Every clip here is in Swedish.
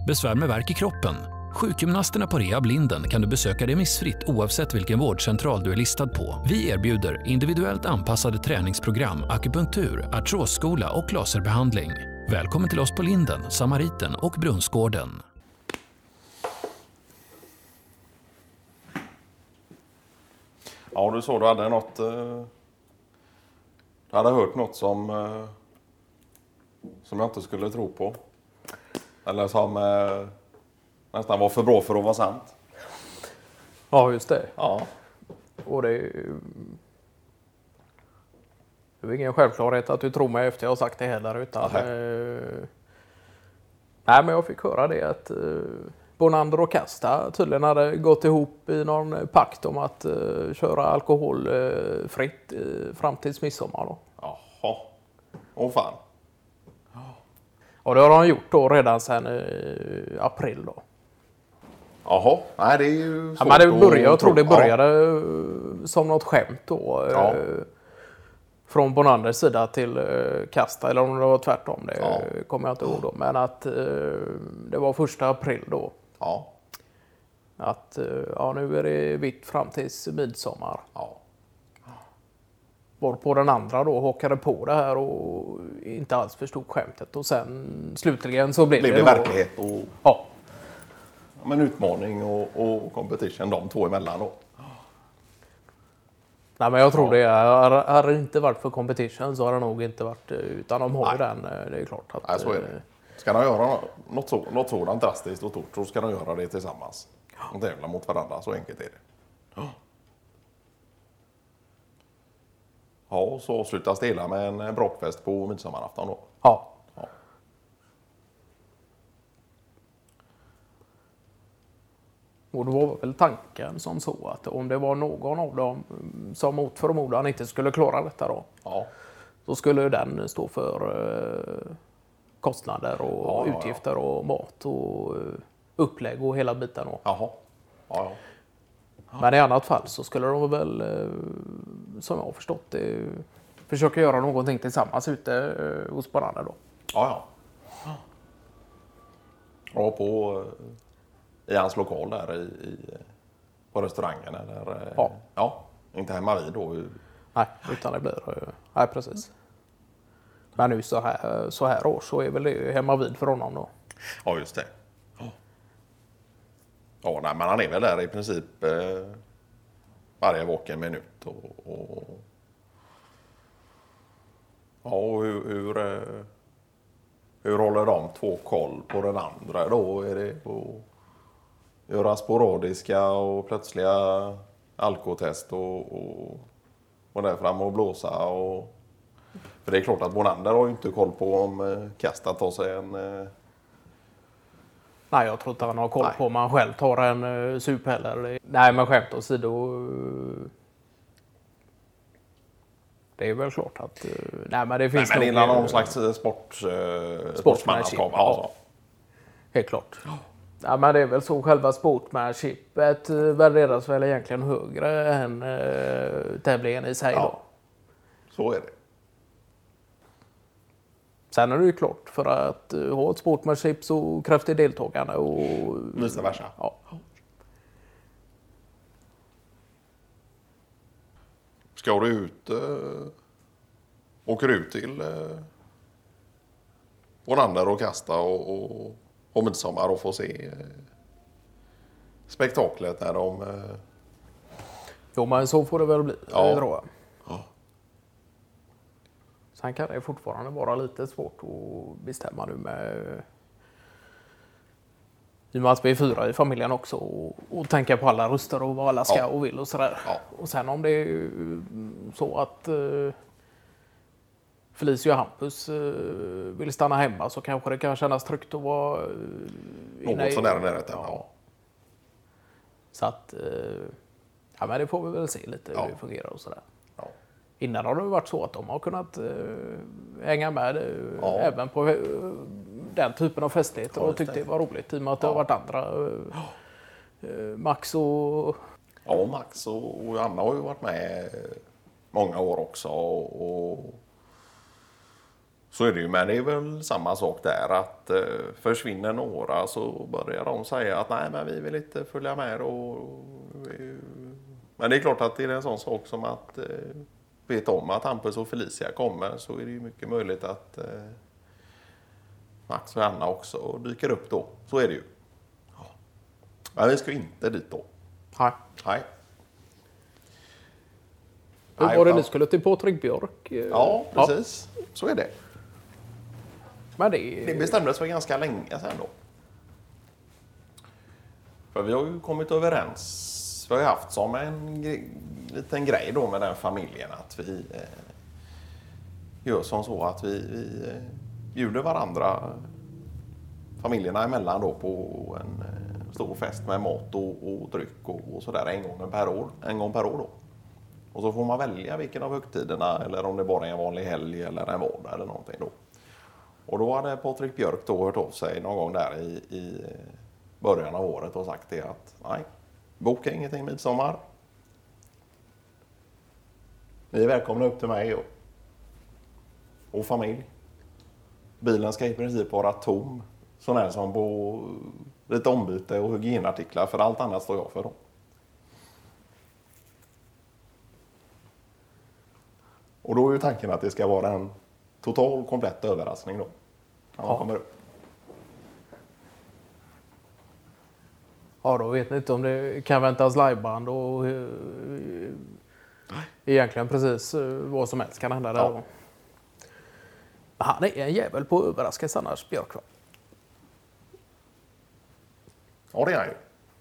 Besvär med värk i kroppen? Sjukgymnasterna på Rehab Linden kan du besöka remissfritt oavsett vilken vårdcentral du är listad på. Vi erbjuder individuellt anpassade träningsprogram, akupunktur, artrosskola och laserbehandling. Välkommen till oss på Linden, Samariten och Brunnsgården. Ja, du såg du hade något... Du hade hört något som jag inte skulle tro på. Eller som nästan var för bra för att vara sant. Ja, just det. Ja. Och det är ingen självklarhet att du tror mig efter jag har sagt det heller. Utan, nej, men jag fick höra det att Bonander och Casta tydligen hade gått ihop i någon pakt om att köra alkoholfritt fram till midsommar. Då. Jaha. Åh fan. Och det har de gjort då redan sedan april då. Jaha. Nej, det är ju Ja, men jag tror det började som något skämt då. Ja. Från Bonanders sida till Casta, eller om det var tvärtom, det kommer jag inte ihåg då. Men att det var 1 april då. Ja. Att nu är det vitt fram till midsommar. Ja. Varpå den andra då hockade på det här och inte alls förstod skämtet. Och sen slutligen så blev det verklighet och ja. Men utmaning och competition de två emellan då. Nej, men jag tror det hade inte varit för competition så har det nog inte varit, utan de har ju den, det är klart att... Nej, så är det. Ska de göra något sådant drastiskt och stort så ska de göra det tillsammans. Och tävla mot varandra, så enkelt är det. Ja, och så avslutas det hela med en brakfest på midsommarafton då. Ja. Och då var väl tanken som så att om det var någon av dem som mot förmodan inte skulle klara detta då. Ja. Så skulle den stå för kostnader och utgifter och mat och upplägg och hela biten. Då. Jaha. Ja. Men i annat fall så skulle de väl, som jag har förstått det, försöka göra någonting tillsammans ute hos Bonander då. Ja. Och i hans lokal där på restaurangen eller? Ja, inte hemma vid då. Nej, utan det blir, nej precis. Men nu så här år så är väl det hemma vid för honom då. Ja, just det. Ja, nej, men han är väl där i princip varje vaken minut och hur håller de två koll på den andra då? Är det att göra sporadiska och plötsliga alkotest och där fram och blåsa för det är klart att Bonander har ju inte koll på om Casta tar sig en Nej, jag tror inte han har koll på om han själv tar en sup heller. Nej, men skämt åsido. Det är väl klart att... Nej, men det finns men innan någon slags sportsmannaskap. Ja. Helt klart. Ja, men det är väl så själva sportsmanshipet värderas väl egentligen högre än tävlingen i sig då. Så är det. Sen är det ju klart, för att ha ett sportsmanship så krävs det deltagande och... Vice versa. Ja. Ska du ut... åker ut till Bonander och Casta och midsommar och får se spektaklet när de... Jo, men så får det väl bli, tror jag. Ja. Sen kan det fortfarande vara lite svårt att bestämma nu med... I och med att vi är 4 i familjen också och tänka på alla röster och vad alla ska och vill och sådär. Ja. Och sen om det är så att Felicia och Hampus vill stanna hemma så kanske det kan kännas tryggt att vara något så nära närheten. Ja. Så att men det får vi väl se lite hur det fungerar och sådär. Ja. Innan har det varit så att de har kunnat hänga med även på den typen av festligheter och tyckte det var roligt i och med att det har varit andra. Max och... Ja, Max och Anna har ju varit med många år också och Så är det ju, men det är väl samma sak där att försvinner några så börjar de säga att nej, men vi vill inte följa med. Men det är klart att det är en sån sak som att vet om att Hampus och Felicia kommer, så är det ju mycket möjligt att Max och Anna också dyker upp då. Så är det ju. Ja. Men vi ska inte dit då. Nej. Nej. Hur var det ni skulle till Patrik Björk? Ja, precis. Ja. Så är det. Men det bestämdes för ganska länge sedan då. För vi har ju kommit överens. Vi har ju haft som en liten grej då med den familjen att vi gör som så att vi bjuder varandra, familjerna emellan då, på en stor fest med mat och dryck och sådär en gång per år då. Och så får man välja vilken av högtiderna, eller om det bara är en vanlig helg eller en vardag eller någonting då. Och då hade Patrik Björk då hört av sig någon gång där i början av året och sagt det att nej, boka ingenting midsommar. Ni är välkomna upp till mig och familj. Bilen ska i princip vara tom. Sån här som på lite ombyte och hygienartiklar, för allt annat står jag för då. Och då är ju tanken att det ska vara en total komplett överraskning då. När man kommer upp. Ja, då vet ni inte om det kan väntas liveband och egentligen precis vad som helst kan hända där. Ja. Han är en jävel på att överraska annars, Björk, va? Ja, det är han ju.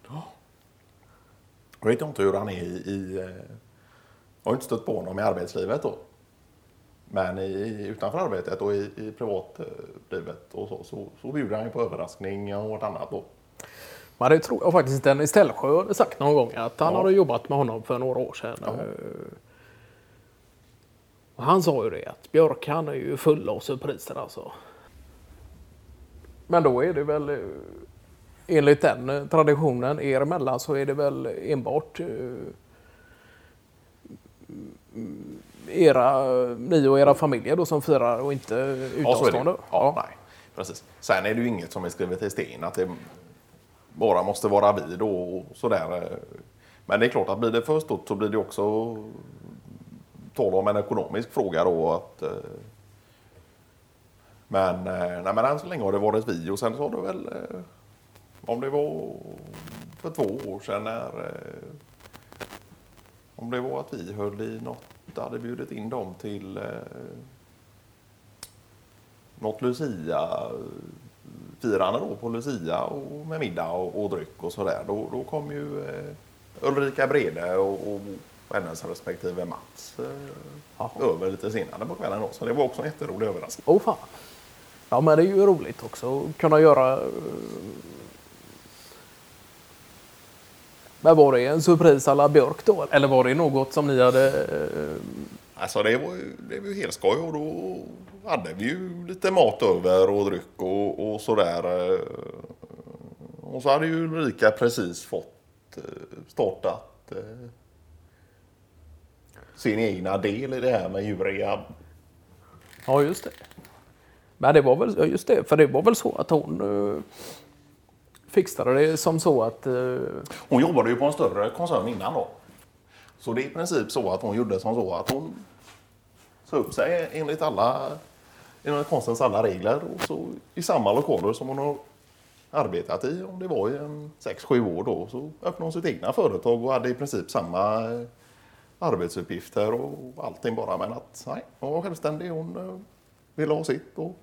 Jag vet inte hur han är jag har inte stött på honom i arbetslivet då. Men utanför arbetet och i privatlivet och så bjuder han ju på överraskning och något annat då. Men det tror jag faktiskt Dennis Ställsjö hade sagt någon gång att han hade jobbat med honom för några år sedan. Ja. Och han sa ju det att Björk, han är ju full av surpriser alltså. Men då är det väl enligt den traditionen er emellan så är det väl enbart ni och era familjer då som firar och inte utomstående? Ja, nej, precis. Sen är det ju inget som är skrivet i sten att det bara måste vara vi då och sådär. Men det är klart att blir det för stort så blir det också tal om en ekonomisk fråga då. Men än så länge har det varit vi och sen så har det väl, om det var för 2 år sedan om det var att vi höll i något, hade bjudit in dem till något Lucia-firande då på Lucia och med middag och dryck och sådär. Då kom ju Ulrika Brede och hennes respektive Mats över lite senare på kvällen då. Så det var också en jätterolig överraskning. Åh fan. Ja, men det är ju roligt också att kunna göra. Men var det en surpris alla Björk då? Eller var det något som ni hade? Alltså det var ju helt skoj och då hade vi ju lite mat över och dryck och sådär. Och så hade ju Ulrika precis fått startat sin egna del i det här med djurrehab. Ja, just det. Men det var väl just det, för det var väl så att hon fixade det som så att hon jobbade ju på en större koncern innan då. Så det är i princip så att hon gjorde som så att hon sa upp sig enligt konstens alla regler och så i samma lokaler som hon har arbetat i, om det var i 6-7 år då, så öppnade hon sitt egna företag och hade i princip samma arbetsuppgifter och allting, bara men att nej, hon var självständig, hon ville ha sitt och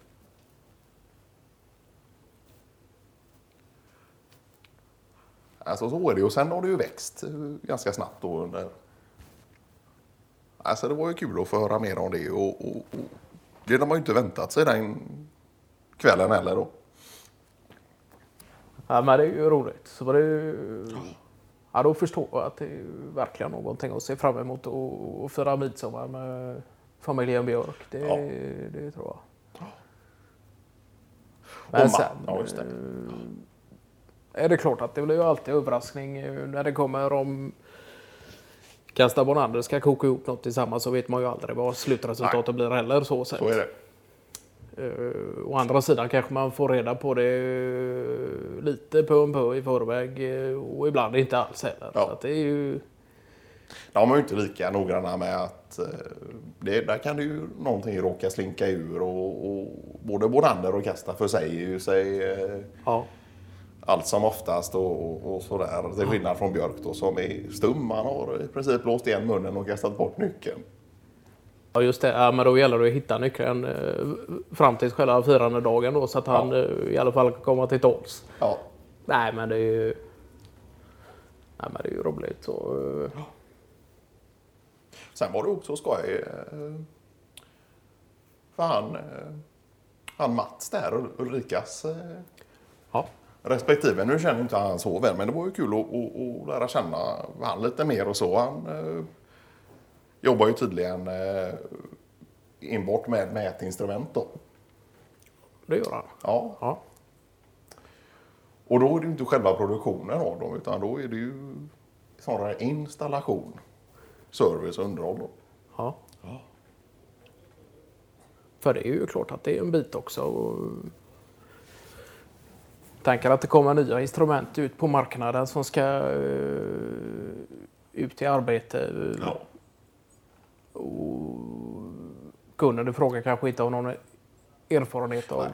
alltså så är det ju. Och sen har det ju växt ganska snabbt då under. Alltså det var ju kul att få höra mer om det och det har man ju inte väntat sig den kvällen heller då. Ja, men det är ju roligt. Så var det ju, ja, då förstår jag att det är verkligen någonting att se fram emot och fira midsommar med familjen Björk. Det tror jag. Men sen är det klart att det blir ju alltid överraskning när det kommer om Kasta Bonander ska koka ihop något tillsammans, så vet man ju aldrig vad slutresultatet blir heller. Så är det. Å andra sidan kanske man får reda på det lite på en på i förväg och ibland inte alls heller. Ja. Så att det är ju... De är ju inte lika noggranna med att där kan det ju någonting råka slinka ur och både Bonander och Kasta för sig är ju sig allt som oftast och sådär. Till skillnad från Björk då som är stum. Han har i princip låst igen munnen och kastat bort nyckeln. Ja just det, ja, men då gäller det att hitta nyckeln fram till själva firande dagen då, så att han i alla fall kan komma till tals. Ja. Nej men det är ju roligt så. Sen var det också skoj för han Mats där, Ulrikas respektive. Nu känner inte han så väl, men det var ju kul att lära känna han lite mer och så. Han jobbar ju tydligen inbort med mätinstrument då. Det gör han. Ja. Och då är det ju inte själva produktionen av dem, utan då är det ju snarare installation, service och underhåll då. Ja. För det är ju klart att det är en bit också. Och tänker att det kommer nya instrument ut på marknaden som ska ut i arbete. Och kunden i fråga kanske inte har någon erfarenhet av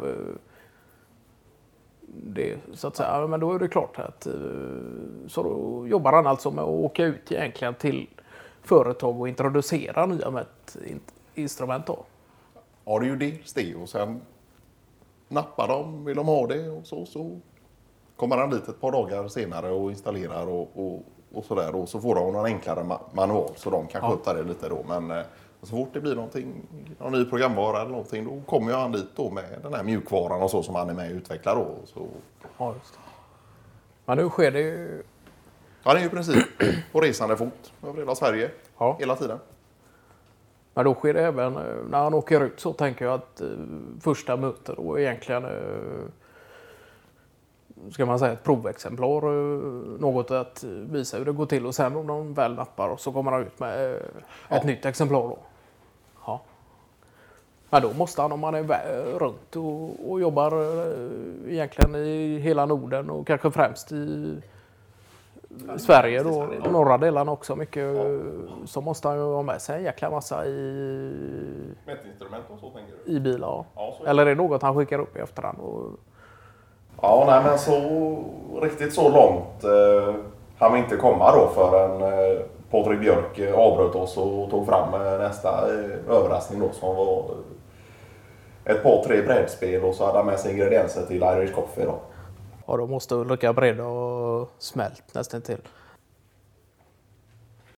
det. Så att säga, men då är det klart att så då jobbar han alltså med att åka ut egentligen till företag och introducera nya mätinstrument då. Ja, det är ju det och sen nappar de, vill de ha det och så kommer han dit ett par dagar senare och installerar och sådär, och så får de någon enklare manual så de kan sköta det lite då, men så fort det blir någon ny programvara eller någonting, då kommer ju han dit då med den här mjukvaran och så som han är med och utvecklar då. Så. Ja, just det. Men nu sker det ju... Han är ju i princip på resande fot över hela Sverige hela tiden. Men då sker det även när han åker ut, så tänker jag att första mötet då egentligen ska man säga ett provexemplar, något att visa hur det går till, och sen om de väl nappar och så kommer han ut med ett nytt exemplar då. Ja. Men då måste han, om han är runt och jobbar egentligen i hela Norden och kanske främst i Sverige då, norra delarna också mycket, så måste han ju ha med sig en jäkla massa mätinstrument och så tänker du? I bilar. Eller är det något han skickar upp i efterhand? Ja, nej, men så riktigt så långt han vill inte komma då förrän Patrik Björk avbröt oss och tog fram nästa överraskning då, som var ett par 3 brädspel, och så hade han med sig ingredienser till Irish Coffee då. Ja, då måste Ulrika Breda och smält nästan till.